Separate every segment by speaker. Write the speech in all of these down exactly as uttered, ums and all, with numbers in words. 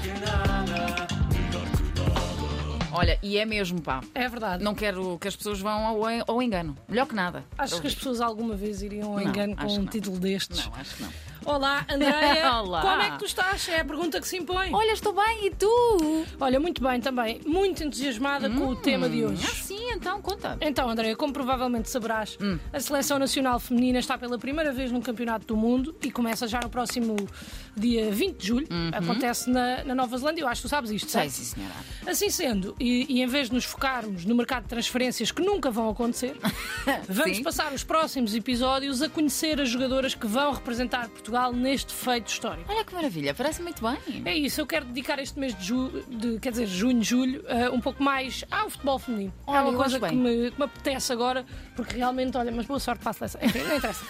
Speaker 1: Olha, e é mesmo, pá.
Speaker 2: É verdade.
Speaker 1: Não quero que as pessoas vão ao, ao engano. Melhor que nada.
Speaker 2: Acho que as pessoas alguma vez iriam ao
Speaker 1: Não,
Speaker 2: engano com
Speaker 1: acho
Speaker 2: um
Speaker 1: que não.
Speaker 2: título destes.
Speaker 1: Não, acho que não.
Speaker 2: Olá, Andreia.
Speaker 1: Olá.
Speaker 2: Como é que tu estás? É a pergunta que se impõe.
Speaker 1: Olha, estou bem, e tu?
Speaker 2: Olha, muito bem também. Muito entusiasmada com o tema de hoje.
Speaker 1: Ah, sim, então, conta.
Speaker 2: Então, Andreia, como provavelmente saberás,
Speaker 1: Hum.
Speaker 2: a Seleção Nacional Feminina está pela primeira vez num campeonato do mundo e começa já no próximo dia vinte de julho. Acontece na, na Nova Zelândia. Eu acho que tu sabes isto,
Speaker 1: Sei,
Speaker 2: certo?
Speaker 1: sim, senhora.
Speaker 2: Assim sendo, e, e em vez de nos focarmos no mercado de transferências que nunca vão acontecer, vamos
Speaker 1: Sim.
Speaker 2: passar os próximos episódios a conhecer as jogadoras que vão representar Portugal neste feito histórico.
Speaker 1: Olha que maravilha, parece muito bem.
Speaker 2: É isso, eu quero dedicar este mês de, ju de quer dizer, junho, julho, uh, um pouco mais ao futebol feminino.
Speaker 1: Olha,
Speaker 2: é uma
Speaker 1: eu
Speaker 2: coisa
Speaker 1: gosto
Speaker 2: que
Speaker 1: bem.
Speaker 2: me, que me apetece agora, porque realmente, olha, mas boa sorte para a seleção. Enfim, não interessa.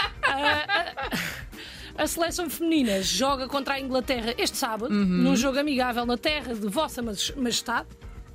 Speaker 2: Uh, a, a seleção feminina joga contra a Inglaterra este sábado,
Speaker 1: Uhum.
Speaker 2: num jogo amigável na terra de Vossa Majestade,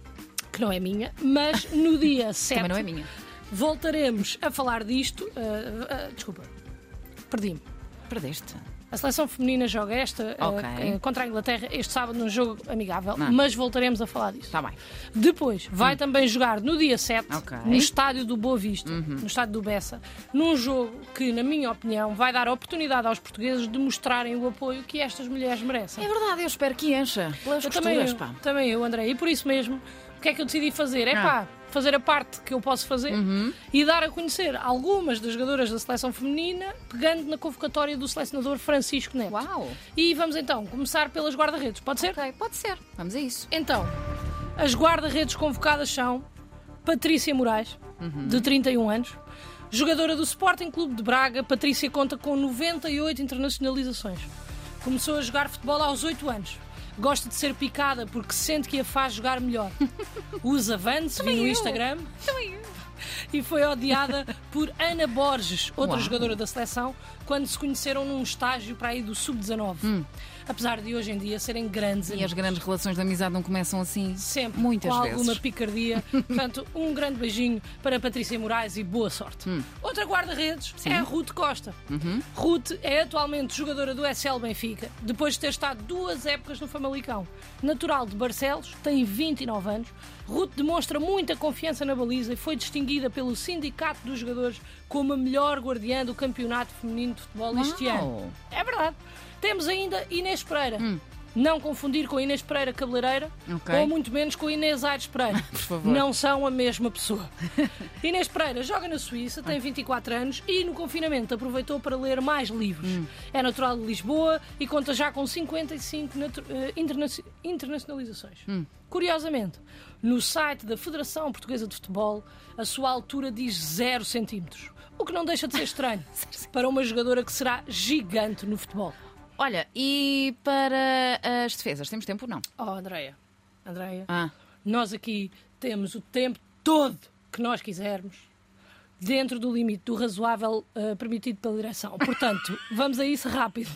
Speaker 2: que não é minha, mas no dia sete
Speaker 1: Também não é minha.
Speaker 2: voltaremos a falar disto. Uh, uh, desculpa, perdi-me.
Speaker 1: Perdeste.
Speaker 2: A seleção feminina joga esta uh,
Speaker 1: Ok.
Speaker 2: uh, contra a Inglaterra este sábado num jogo amigável,
Speaker 1: Não.
Speaker 2: mas voltaremos a falar disso.
Speaker 1: Está bem.
Speaker 2: Depois vai também jogar no dia sete,
Speaker 1: Ok.
Speaker 2: no estádio do Boa Vista, no estádio do Bessa, num jogo que, na minha opinião, vai dar oportunidade aos portugueses de mostrarem o apoio que estas mulheres merecem.
Speaker 1: É verdade, eu espero que encha. Pelas
Speaker 2: Eu também,
Speaker 1: costuras,
Speaker 2: eu,
Speaker 1: pá.
Speaker 2: também eu, André, e por isso mesmo, o que é que eu decidi fazer? É
Speaker 1: Ah.
Speaker 2: pá, fazer a parte que eu posso fazer e dar a conhecer algumas das jogadoras da seleção feminina, pegando na convocatória do selecionador Francisco Neto.
Speaker 1: Uau.
Speaker 2: E vamos então começar pelas guarda-redes, pode ser?
Speaker 1: Ok, pode ser. Vamos a isso.
Speaker 2: Então, as guarda-redes convocadas são Patrícia Moraes, de trinta e um anos, jogadora do Sporting Clube de Braga. Patrícia conta com noventa e oito internacionalizações. Começou a jogar futebol aos oito anos. Gosta de ser picada porque sente que a faz jogar melhor. Usa Vans, vi no
Speaker 1: eu.
Speaker 2: Instagram.
Speaker 1: Também eu.
Speaker 2: E foi odiada por Ana Borges, outra
Speaker 1: Uau.
Speaker 2: jogadora da seleção, quando se conheceram num estágio para aí do sub dezanove. Apesar de hoje em dia serem grandes
Speaker 1: E as
Speaker 2: amigos.
Speaker 1: grandes relações de amizade não começam assim?
Speaker 2: Sempre,
Speaker 1: Muitas
Speaker 2: com
Speaker 1: vezes.
Speaker 2: alguma picardia. Portanto, um grande beijinho para Patrícia Moraes e boa sorte.
Speaker 1: Hum.
Speaker 2: Outra guarda-redes é a Ruth Costa.
Speaker 1: Uhum.
Speaker 2: Ruth é atualmente jogadora do S L Benfica, depois de ter estado duas épocas no Famalicão. Natural de Barcelos, tem vinte e nove anos. Ruth demonstra muita confiança na baliza e foi distinguida pelo Sindicato dos Jogadores como a melhor guardiã do Campeonato Feminino de Futebol este
Speaker 1: Uau.
Speaker 2: ano. É verdade. Temos ainda Inês Pereira.
Speaker 1: Hum.
Speaker 2: Não confundir com Inês Pereira Cabeleireira
Speaker 1: Ok.
Speaker 2: ou muito menos com Inês Aires Pereira.
Speaker 1: Por favor.
Speaker 2: Não são a mesma pessoa. Inês Pereira joga na Suíça, tem vinte e quatro anos e no confinamento aproveitou para ler mais livros.
Speaker 1: Hum.
Speaker 2: É natural de Lisboa e conta já com cinquenta e cinco natu- eh, interna- internacionalizações.
Speaker 1: Hum.
Speaker 2: Curiosamente, no site da Federação Portuguesa de Futebol, a sua altura diz zero centímetros. O que não deixa de ser estranho para uma jogadora que será gigante no futebol.
Speaker 1: Olha, e para as defesas, temos tempo ou não?
Speaker 2: Oh, Andreia, Andreia,
Speaker 1: Ah,
Speaker 2: nós aqui temos o tempo todo que nós quisermos, dentro do limite do razoável eh, permitido pela direção. Portanto, vamos a isso rápido.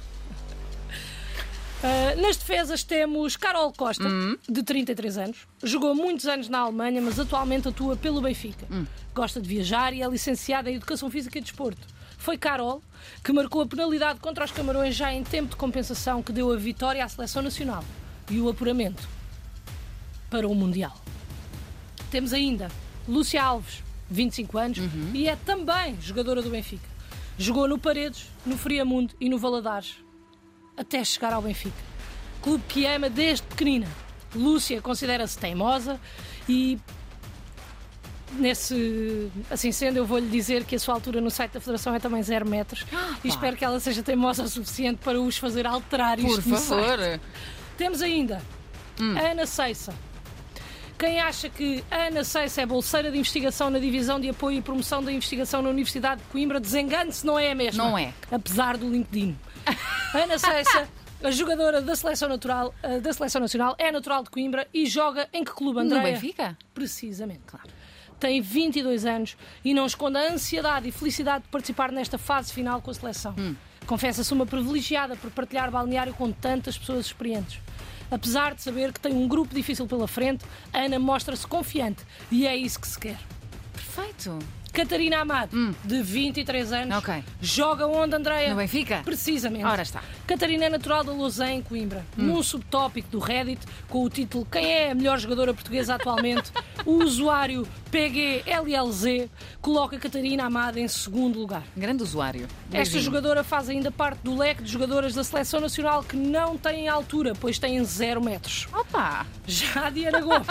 Speaker 2: Uh, nas defesas temos Carol Costa, de trinta e três anos. Jogou muitos anos na Alemanha, mas atualmente atua pelo Benfica. Gosta de viajar e é licenciada em Educação Física e Desporto. Foi Carol que marcou a penalidade contra os Camarões já em tempo de compensação, que deu a vitória à Seleção Nacional e o apuramento para o Mundial. Temos ainda Lúcia Alves, vinte e cinco anos, e é também jogadora do Benfica. Jogou no Paredes, no Friamundo e no Valadares, até chegar ao Benfica. Clube que ama desde pequenina. Lúcia considera-se teimosa e, nesse, assim sendo, eu vou-lhe dizer que a sua altura no site da Federação é também zero metros
Speaker 1: Ah,
Speaker 2: e
Speaker 1: pá.
Speaker 2: espero que ela seja teimosa o suficiente para os fazer alterar isto
Speaker 1: por
Speaker 2: no
Speaker 1: favor.
Speaker 2: site. Temos ainda Ana Ceissa. Quem acha que a Ana Ceissa é bolseira de investigação na Divisão de Apoio e Promoção da Investigação na Universidade de Coimbra, desengane-se, não é a mesma.
Speaker 1: Não é.
Speaker 2: Apesar do LinkedIn. Ana Ceissa, a jogadora da Seleção, natural, eh, da Seleção Nacional, é natural de Coimbra e joga em que clube, Andréia?
Speaker 1: No Benfica?
Speaker 2: Precisamente, claro. Tem vinte e dois anos e não esconde a ansiedade e felicidade de participar nesta fase final com a seleção.
Speaker 1: Hum.
Speaker 2: Confessa-se uma privilegiada por partilhar balneário com tantas pessoas experientes. Apesar de saber que tem um grupo difícil pela frente, a Ana mostra-se confiante e é isso que se quer.
Speaker 1: Perfeito.
Speaker 2: Catarina Amado, hum. de vinte e três anos,
Speaker 1: okay.
Speaker 2: joga onde, Andreia?
Speaker 1: No Benfica?
Speaker 2: Precisamente.
Speaker 1: Ora está.
Speaker 2: Catarina é natural da Lousã, em Coimbra. Hum. Num subtópico do Reddit, com o título Quem é a melhor jogadora portuguesa atualmente, o usuário P G L L Z coloca Catarina Amado em segundo lugar.
Speaker 1: Grande usuário. Beijinho.
Speaker 2: Esta jogadora faz ainda parte do leque de jogadoras da Seleção Nacional que não têm altura, pois têm zero metros.
Speaker 1: Opa!
Speaker 2: Já a Diana Gomes.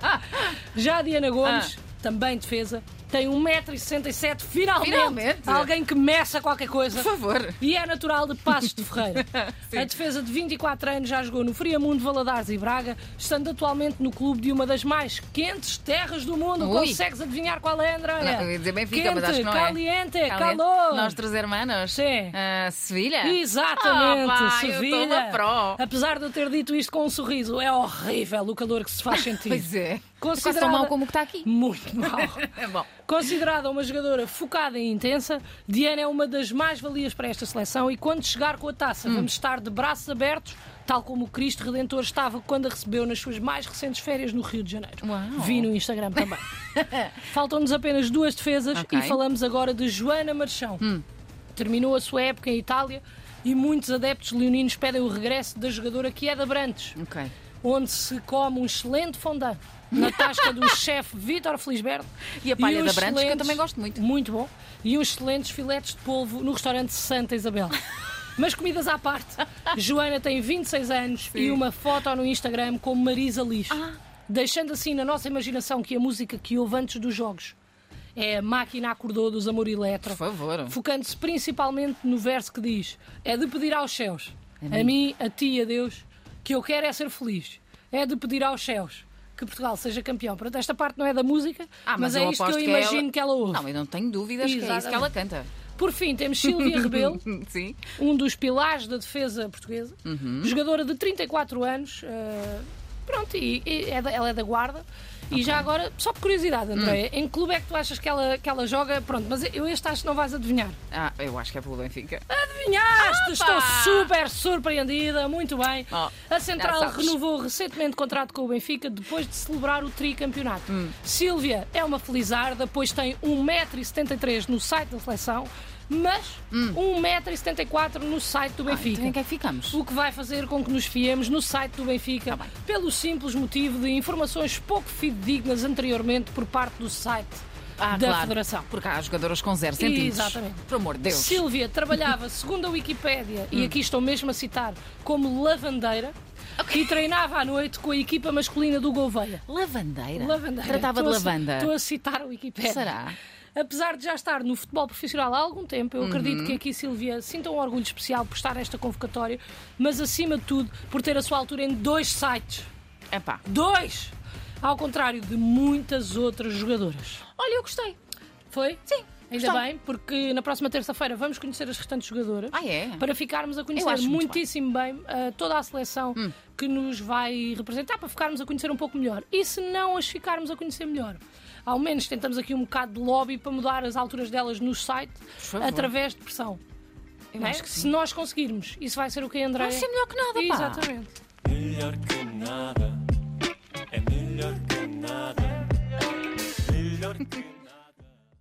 Speaker 2: Já a Diana Gomes, ah. também defesa, tem um metro e sessenta e sete, finalmente,
Speaker 1: finalmente.
Speaker 2: Alguém que meça qualquer coisa.
Speaker 1: Por favor.
Speaker 2: E é natural de Passos de Ferreira. A defesa de vinte e quatro anos já jogou no Friamundo, Valadares e Braga, estando atualmente no clube de uma das mais quentes terras do mundo.
Speaker 1: Ui.
Speaker 2: Consegues adivinhar qual é, André?
Speaker 1: Não, eu ia dizer Benfica,
Speaker 2: Quente,
Speaker 1: mas acho que não
Speaker 2: caliente,
Speaker 1: é.
Speaker 2: calor.
Speaker 1: Nós três hermanos.
Speaker 2: Sim.
Speaker 1: Uh, Sevilha?
Speaker 2: Exatamente,
Speaker 1: oh, pá,
Speaker 2: Sevilha.
Speaker 1: Pro.
Speaker 2: Apesar de eu ter dito isto com um sorriso, é horrível o calor que se faz sentir.
Speaker 1: Pois é.
Speaker 2: Considerada...
Speaker 1: Quase tão mal como o que está aqui.
Speaker 2: Muito mal.
Speaker 1: Bom.
Speaker 2: Considerada uma jogadora focada e intensa, Diana é uma das mais-valias para esta seleção e quando chegar com a taça hum. vamos estar de braços abertos, tal como o Cristo Redentor estava quando a recebeu nas suas mais recentes férias no Rio de Janeiro.
Speaker 1: Uau.
Speaker 2: Vi no Instagram também. Faltam-nos apenas duas defesas
Speaker 1: okay.
Speaker 2: e falamos agora de Joana Marchão.
Speaker 1: Hum.
Speaker 2: Terminou a sua época em Itália e muitos adeptos leoninos pedem o regresso da jogadora que é de Abrantes,
Speaker 1: okay.
Speaker 2: onde se come um excelente fondant na tasca do chefe Vítor Felisberto.
Speaker 1: E a palha de Abrantes, que eu também gosto muito.
Speaker 2: Muito bom. E uns excelentes filetes de polvo no restaurante Santa Isabel. Mas comidas à parte, Joana tem vinte e seis anos Sim. e uma foto no Instagram com Marisa Liz, ah. deixando assim na nossa imaginação que a música que houve antes dos jogos é a Máquina Acordou dos Amor Eletro.
Speaker 1: Por favor.
Speaker 2: Focando-se principalmente no verso que diz: é de pedir aos céus, a mim, a ti e a Deus, que eu quero é ser feliz. É de pedir aos céus que Portugal seja campeão. Portanto, esta parte não é da música,
Speaker 1: ah,
Speaker 2: mas,
Speaker 1: mas
Speaker 2: é isto que eu
Speaker 1: que
Speaker 2: imagino
Speaker 1: ela...
Speaker 2: que ela ouve.
Speaker 1: Não, eu não tenho dúvidas Exatamente. que é isso que ela canta.
Speaker 2: Por fim, temos Sílvia Rebelo,
Speaker 1: Sim.
Speaker 2: um dos pilares da defesa portuguesa,
Speaker 1: uhum.
Speaker 2: jogadora de trinta e quatro anos, uh, pronto, e, e é da, ela é da Guarda. Okay. E já agora, só por curiosidade, Andréia, hum. em que clube é que tu achas que ela, que ela joga? Pronto, mas eu este acho que não vais adivinhar.
Speaker 1: Ah, eu acho que é pelo Benfica.
Speaker 2: Adivinhaste!
Speaker 1: Opa!
Speaker 2: Estou super surpreendida, muito bem.
Speaker 1: Oh,
Speaker 2: a Central renovou recentemente contrato com o Benfica depois de celebrar o tricampeonato.
Speaker 1: Hum.
Speaker 2: Sílvia é uma felizarda, pois tem um metro e setenta e três no site da seleção, mas
Speaker 1: hum.
Speaker 2: um metro e setenta e quatro no site do Benfica.
Speaker 1: Ah, então em que é que ficamos?
Speaker 2: O que vai fazer com que nos fiemos no site do Benfica,
Speaker 1: tá
Speaker 2: pelo simples motivo de informações pouco fidedignas anteriormente por parte do site
Speaker 1: ah,
Speaker 2: da
Speaker 1: claro.
Speaker 2: Federação.
Speaker 1: Porque há jogadores com zero centímetros.
Speaker 2: Exatamente.
Speaker 1: Por amor de Deus.
Speaker 2: Sílvia trabalhava, segundo a Wikipédia,
Speaker 1: hum.
Speaker 2: e aqui estou mesmo a citar, como lavandeira. Okay. E treinava à noite com a equipa masculina do Gouveia.
Speaker 1: Lavandeira?
Speaker 2: Lavandeira.
Speaker 1: Tratava
Speaker 2: estou
Speaker 1: de lavanda.
Speaker 2: Estou a citar a Wikipédia.
Speaker 1: Será?
Speaker 2: Apesar de já estar no futebol profissional há algum tempo, eu
Speaker 1: uhum.
Speaker 2: acredito que aqui Sílvia sinta um orgulho especial por estar nesta convocatória, mas acima de tudo por ter a sua altura em dois sites.
Speaker 1: Epá.
Speaker 2: Dois! Ao contrário de muitas outras jogadoras.
Speaker 1: Olha, eu gostei.
Speaker 2: Foi?
Speaker 1: Sim.
Speaker 2: Ainda gostei. Bem, porque na próxima terça-feira vamos conhecer as restantes jogadoras.
Speaker 1: Ah, é?
Speaker 2: Para ficarmos a conhecer muitíssimo bem, bem uh, toda a seleção hum. que nos vai representar, para ficarmos a conhecer um pouco melhor. E se não as ficarmos a conhecer melhor, ao menos tentamos aqui um bocado de lobby para mudar as alturas delas no site através de pressão.
Speaker 1: Eu
Speaker 2: não
Speaker 1: acho
Speaker 2: é?
Speaker 1: que sim.
Speaker 2: Se nós conseguirmos, isso vai ser o que a Andréia?
Speaker 1: Vai ser melhor que nada, pá.
Speaker 2: Exatamente.
Speaker 3: Melhor que nada. É melhor que nada. Melhor que